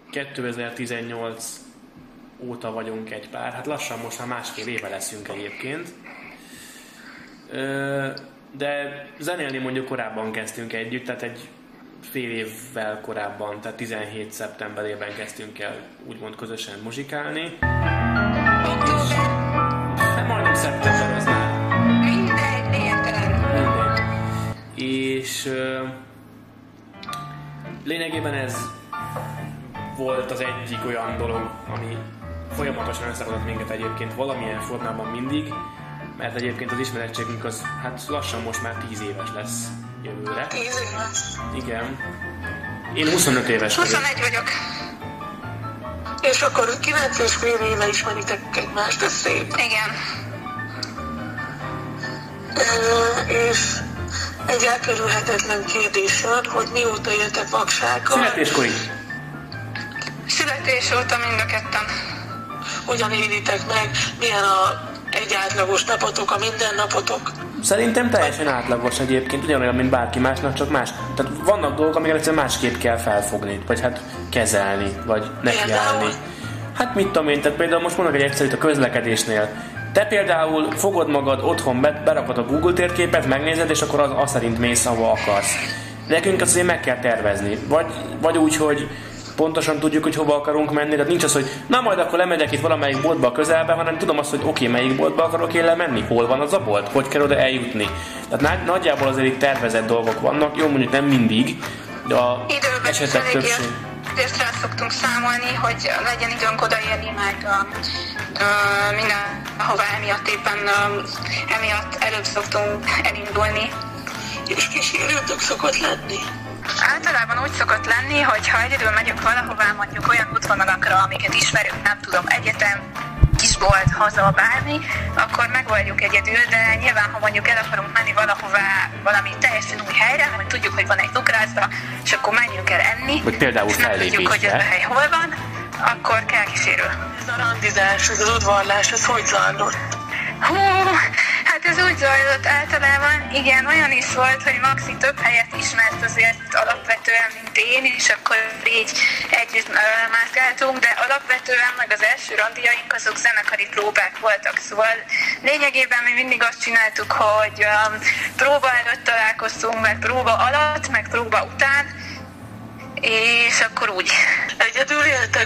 2018 óta vagyunk egy pár, hát lassan most már másfél éve leszünk egyébként. De zenélni mondjuk korábban kezdtünk együtt, tehát egy fél évvel korábban, tehát 17 szeptemberében kezdtünk el úgymond közösen muzsikálni. Hát majdnem szeptember az már. Mindegy. És lényegében ez volt az egyik olyan dolog, ami folyamatosan összehozott minket egyébként valamilyen formában mindig, mert egyébként az ismerettségünk az hát lassan most már 10 éves lesz jövőre. 10 éves? Igen. Én 25 éves vagyok. 21 vagyok. És akkor 9 és fél éve ismeritek egymást, ez szép. Igen. És egy elkerülhetetlen kérdés van, hogy mióta éltek Vaksággal. Születéskori. Születés óta mind a ketten. Hogyan élitek meg, milyen egy átlagos napotok, a mindennapotok? Szerintem teljesen átlagos egyébként, ugyanolyan, mint bárki másnak, csak más. Tehát vannak dolgok, amiket egyszerűen másképp kell felfogni, vagy hát kezelni, vagy nekiállni. Hát mit tudom én, tehát például most mondok egy egyszerűt a közlekedésnél. Te például fogod magad otthon, berakod a Google térképet, megnézed, és akkor az szerint mész, ahova akarsz. Nekünk azt azért meg kell tervezni. Vagy úgy, hogy pontosan tudjuk, hogy hova akarunk menni, tehát nincs az, hogy na majd akkor lemegyek itt valamelyik boltba a közelbe, hanem tudom azt, hogy oké, melyik boltba akarok én lemenni, hol van az a bolt, hogy kell oda eljutni. Tehát nagyjából azért itt tervezett dolgok vannak, jó mondjuk nem mindig, de a esetek többség. Ezt rá szoktunk számolni, hogy legyen időnk odaérni, meg mindenhova emiatt éppen emiatt előbb szoktunk elindulni. És kísérőtök szokott lenni? Általában úgy szokott lenni, hogy ha egyedül megyünk valahová, mondjuk olyan útvonalakra, amiket ismerünk, nem tudom, egyetem, kisbolt, haza, bármi, akkor megoldjuk egyedül, de nyilván, ha mondjuk el akarunk menni valahová, valami teljesen új helyre, hogy tudjuk, hogy van egy cukrászda, és akkor menjünk el enni, vagy például és nem tudjuk, hogy ez a hely hol van, akkor kell kísérő. Ez a randizás, ez az udvarlás, ez hogy zajlott? Hú, hát ez úgy zajlott általában, igen, olyan is volt, hogy Maxi több helyet ismert azért alapvetően, mint én, és akkor így együtt mászkáltunk, de alapvetően meg az első randiaink azok zenekari próbák voltak, szóval lényegében mi mindig azt csináltuk, hogy próba előtt találkoztunk, meg próba alatt, meg próba után, és akkor úgy. Egyedül éltek,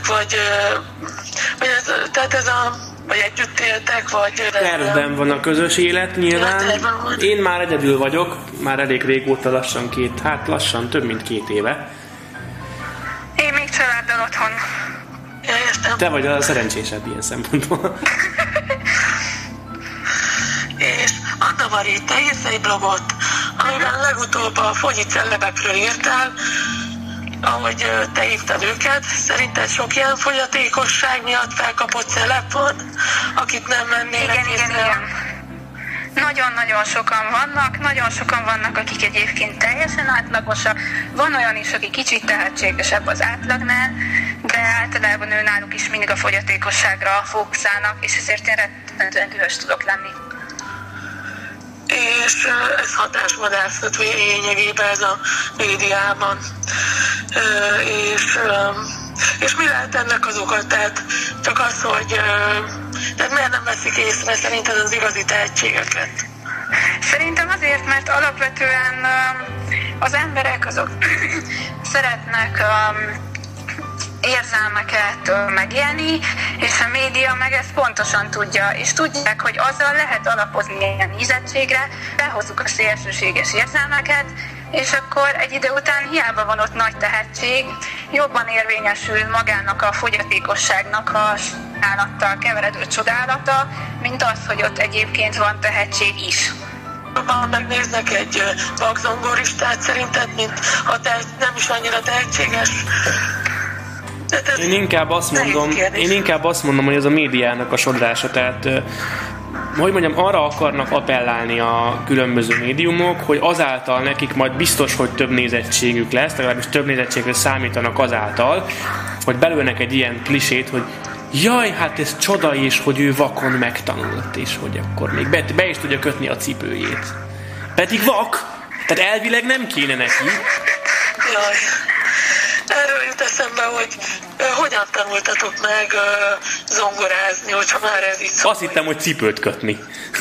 vagy együtt éltek, vagy... Tervben van a közös élet nyilván. Én már egyedül vagyok, már elég régóta, lassan több mint 2 éve. Én még családdal otthon. Ja, értem. Te vagy a szerencsésebb ilyen szempontból. És Anna Mari, te írsz egy blogot, amiben legutóbb a fogyi celebekről írtál, ahogy te hívtad őket. Szerinted sok ilyen fogyatékosság miatt felkapott celeb van, akit nem mennének észre? Igen. Nagyon-nagyon sokan vannak, akik egyébként teljesen átlagosak. Van olyan is, aki kicsit tehetségesebb az átlagnál, de általában náluk is mindig a fogyatékosságra fókuszálnak, és ezért én rettentően dühös tudok lenni. És ez hatásvadászat lényegében ez a médiában. És mi lehet ennek az oka? Tehát csak az, hogy tehát miért nem veszik észre szerinted az igazi tehetségeket? Szerintem azért, mert alapvetően az emberek azok szeretnek érzelmeket megélni, és a média meg ezt pontosan tudja, és tudják, hogy azzal lehet alapozni ilyen ízettségre, behozzuk a szélsőséges érzelmeket, és akkor egy idő után hiába van ott nagy tehetség, jobban érvényesül magának a fogyatékosságnak a állattal keveredő csodálata, mint az, hogy ott egyébként van tehetség is. Ha megnéznek egy vakzongoristát, szerinted, mint ha nem is annyira tehetséges? Én inkább azt mondom, hogy ez a médiának a sodrása, tehát hogy mondjam, arra akarnak appellálni a különböző médiumok, hogy azáltal nekik majd biztos, hogy több nézettségük lesz, legalábbis több nézettségre számítanak azáltal, hogy belőnek egy ilyen klisét, hogy jaj, hát ez csoda is, hogy ő vakon megtanult, és hogy akkor még be is tudja kötni a cipőjét. Pedig vak, tehát elvileg nem kéne neki. Jaj. Erről jut eszembe, hogy hogyan tanultatok meg zongorázni, hogyha már ez így szó. Azt hittem, hogy cipőt kötni.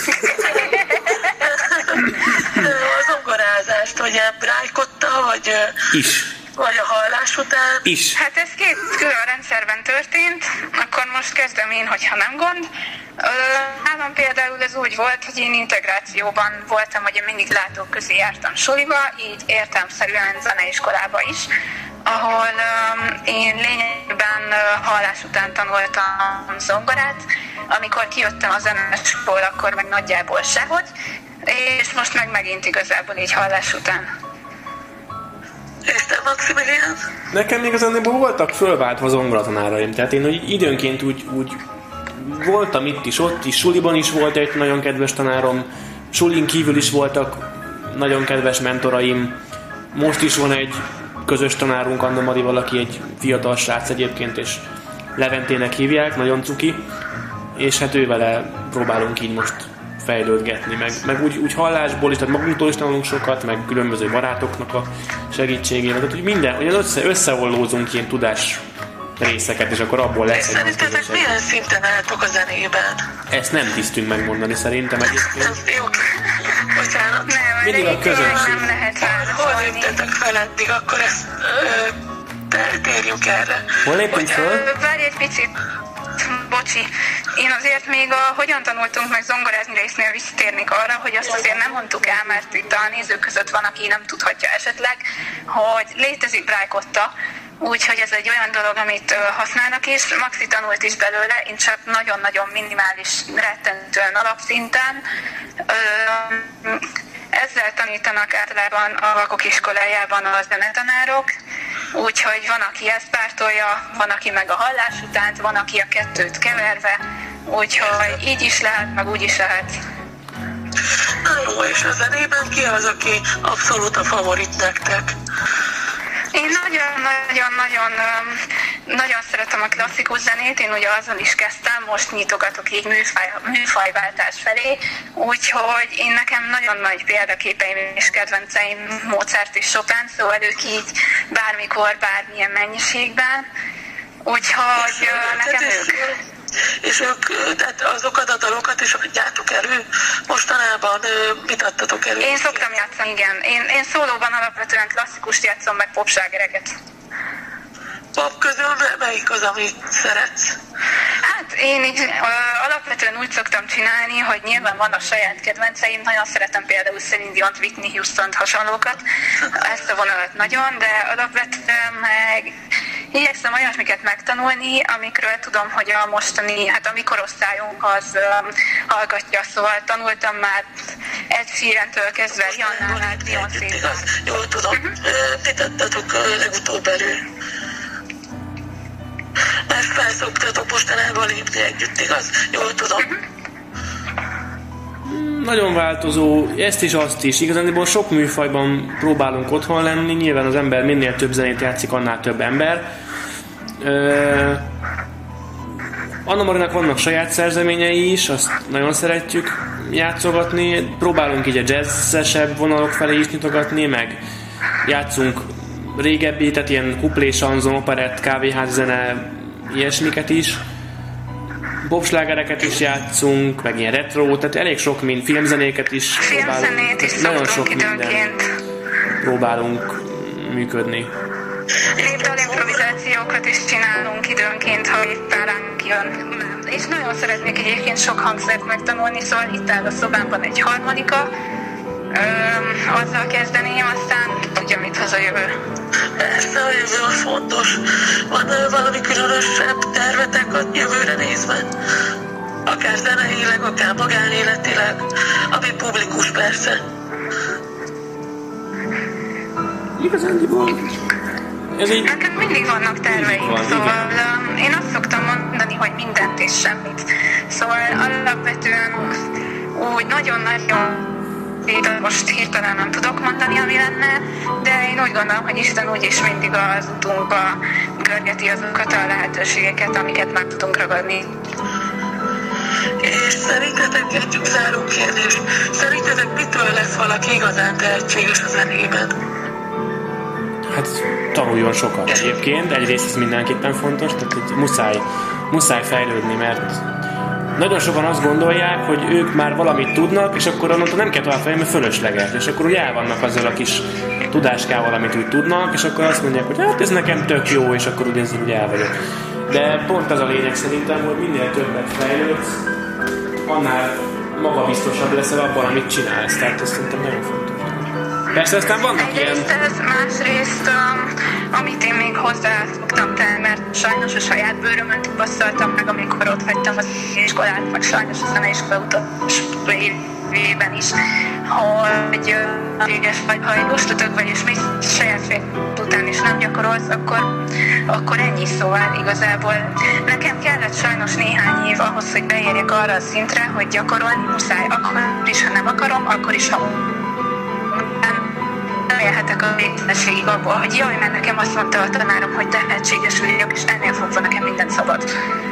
A zongorázást, hogy brájkotta, vagy... Is. Vagy a hallás után? Is. Hát ez két külön rendszerben történt, akkor most kezdem én, hogyha nem gond. Nálam például ez úgy volt, hogy én integrációban voltam, hogy én mindig látók közé jártam suliba, így értelemszerűen zeneiskolába is, ahol én lényegében hallás után tanultam zongorát. Amikor kijöttem a zeneskolából, akkor meg nagyjából sehogy, és most meg megint igazából így hallás után. És te, Maximilián? Nekem még az voltak fölváltva zongoratanáraim, tehát én időnként úgy voltam itt is, ott is, suliban is volt egy nagyon kedves tanárom, sulin kívül is voltak nagyon kedves mentoraim, most is van egy közös tanárunk, Anna Mari, valaki egy fiatal srác egyébként, és Leventének hívják, nagyon cuki, és hát ővele próbálunk így most fejlődgetni, meg úgy hallásból is, tehát magunktól is tanulunk sokat, meg különböző barátoknak a segítségével, tehát hogy minden, hogy összeollózunk ilyen tudás részeket, és akkor abból lesz egy... Szerintetek milyen szinten álltok a zenében? Ezt nem tisztünk megmondani szerintem egyébként. Jó, bocsánat. Nem, mindig a közönség. Nem lehet Hol léptetek fel eddig, akkor ezt térjünk erre. Hol léptünk föl? Várj egy picit. Bocsi, én azért még a hogyan tanultunk meg zongorázni résznél visszatérnék arra, hogy azt azért nem mondtuk el, mert itt a nézők között van, aki nem tudhatja esetleg, hogy létezik brájkotta, úgyhogy ez egy olyan dolog, amit használnak is. Maxi tanult is belőle, én csak nagyon-nagyon minimális, rettentően alapszinten. Ezzel tanítanak általában a vakok iskolájában a zenetanárok, úgyhogy van, aki ezt pártolja, van, aki meg a hallás után, van, aki a kettőt keverve, úgyhogy így is lehet, meg úgy is lehet. Na jó, és a zenében ki az, aki abszolút a favorit nektek? Én nagyon szeretem a klasszikus zenét, én ugye azon is kezdtem, most nyitogatok így műfajváltás felé, úgyhogy én nekem nagyon nagy példaképeim és kedvenceim Mozart és Chopin, szóval ők így bármikor, bármilyen mennyiségben, úgyhogy nekem ők. És ők, tehát azokat a dalokat is adjátok elő? Mostanában mit adtatok elő? Én szoktam játszani, igen. Én szólóban alapvetően klasszikust játszom, meg popslágereket. Pop közül melyik az, amit szeretsz? Hát én így alapvetően úgy szoktam csinálni, hogy nyilván van a saját kedvenceim, nagyon szeretem például Celine Dion, Whitney Houston hasonlókat, ezt a vonalat nagyon, de alapvetően meg igyekszem olyasmiket megtanulni, amikről tudom, hogy a mostani, hát a mi korosztályunk az hallgatja, szóval tanultam már Ed Sheerantől kezdve Rihanna-nál át Beyoncé-től. Jól tudom, mit adtatok legutóbb elő? Mert felszoktatok mostanában lépni együtt, igaz? Jól tudom. Nagyon változó, ezt is, azt is. Igazából sok műfajban próbálunk otthon lenni, nyilván az ember minél több zenét játszik, annál több ember. Anna Marinak vannak saját szerzeményei is, azt nagyon szeretjük játszogatni. Próbálunk így a jazzesebb vonalok felé is nyitogatni, meg játszunk régebbi, tehát ilyen kuplé, sanzon, operett, kávéházi zene, ilyesmiket is. Popslágereket is játszunk, meg ilyen retro, tehát elég sok filmzenéket is próbálunk. Filmzenét is szoktunk időnként. Próbálunk működni. Lépdal improvizációkat is csinálunk időnként, ha éppen ránk jön. És nagyon szeretnék egyébként sok hangszert megtanulni, szóval itt áll a szobámban egy harmonika. Azzal kezdeném, aztán tudja, mit hoz a jövő. Persze, a jövő az fontos. Van valami különösebb tervetek a jövőre nézve? Akár zeneileg, akár magánéletileg, ami publikus persze. Igazándiból nekem mindig vannak terveim, szóval én azt szoktam mondani, hogy mindent és semmit. Szóval alapvetően úgy nagyon-nagyon most hirtelen nem tudok mondani, ami lenne, de én úgy gondolom, hogy Isten úgyis mindig az utunkba görgeti azokat a lehetőségeket, amiket meg tudunk ragadni. És szerintetek egy záró kérdés, szerintetek mitől lesz valaki igazán tehetséges a zenében? Hát hát tanuljon sokat egyébként. Egyrészt ez mindenképpen fontos, tehát muszáj fejlődni, mert nagyon sokan azt gondolják, hogy ők már valamit tudnak, és akkor onnantól nem kell tovább fejlődni, mert fölösleges. És akkor úgy el vannak azzal a kis tudáskával, amit úgy tudnak, és akkor azt mondják, hogy hát ez nekem tök jó, és akkor ezzel úgy el vagyok. De pont az a lényeg szerintem, hogy minél többet fejlődsz, annál magabiztosabb leszel abban, amit csinálsz. Tehát ez szerintem nagyon fontos. Persze aztán vannak ilyen... Egyrészt ez, másrészt, amit én még hozzá szoktam tenni, mert sajnos a saját bőrömön tapasztaltam meg, amikor ott hagytam az iskolát, vagy sajnos a zeneiskola utolsó évében is, hogy véges vagy, ha egy ostotög vagy, és még saját fél után is nem gyakorolsz, akkor ennyi. Szóval igazából nekem kellett sajnos néhány év ahhoz, hogy beérjek arra a szintre, hogy gyakorolni muszáj, akkor is, ha nem akarom, akkor is, ha nem élhetek a végtelenségig abból, hogy jaj, mert nekem azt mondta a tanárom, hogy tehetséges vagyok, és ennél fogva nekem mindent szabad.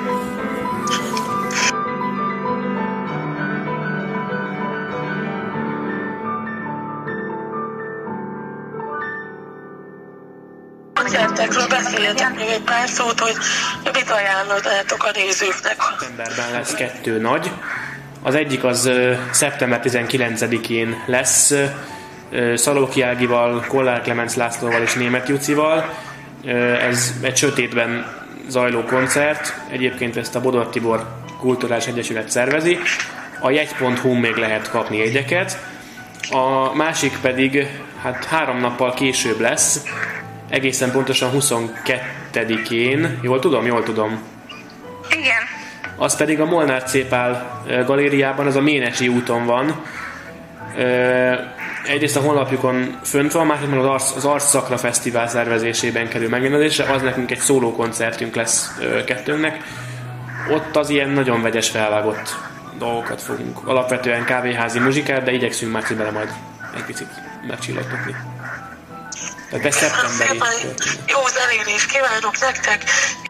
Koncertekről beszéljetek még egy pár szót, hogy mit ajánlottátok a nézőknek. Szeptemberben lesz 2 nagy. Az egyik az szeptember 19-én lesz Szalóki Ágival, Kollár Klemenc Lászlóval és Németh Jucival. Ez egy sötétben zajló koncert. Egyébként ezt a Bodor Tibor Kulturális Egyesület szervezi. A jegy.hu-n még lehet kapni jegyeket. A másik pedig 3 nappal később lesz. Egészen pontosan 22-én. Jól tudom? Igen. Az pedig a Molnár C. Pál galériában, az a Ménesi úton van. Egyrészt a honlapjukon fönt van, másrészt az Arc Szakra Fesztivál szervezésében kerül megjelenésre, az nekünk egy szóló koncertünk lesz kettőnknek. Ott az ilyen nagyon vegyes felvágott dolgokat fogunk. Alapvetően kávéházi muzsikát, de igyekszünk már bele majd egy picit megcsillagtatni. Tehát ez szeptemberi. Jó zenélést kívánok nektek,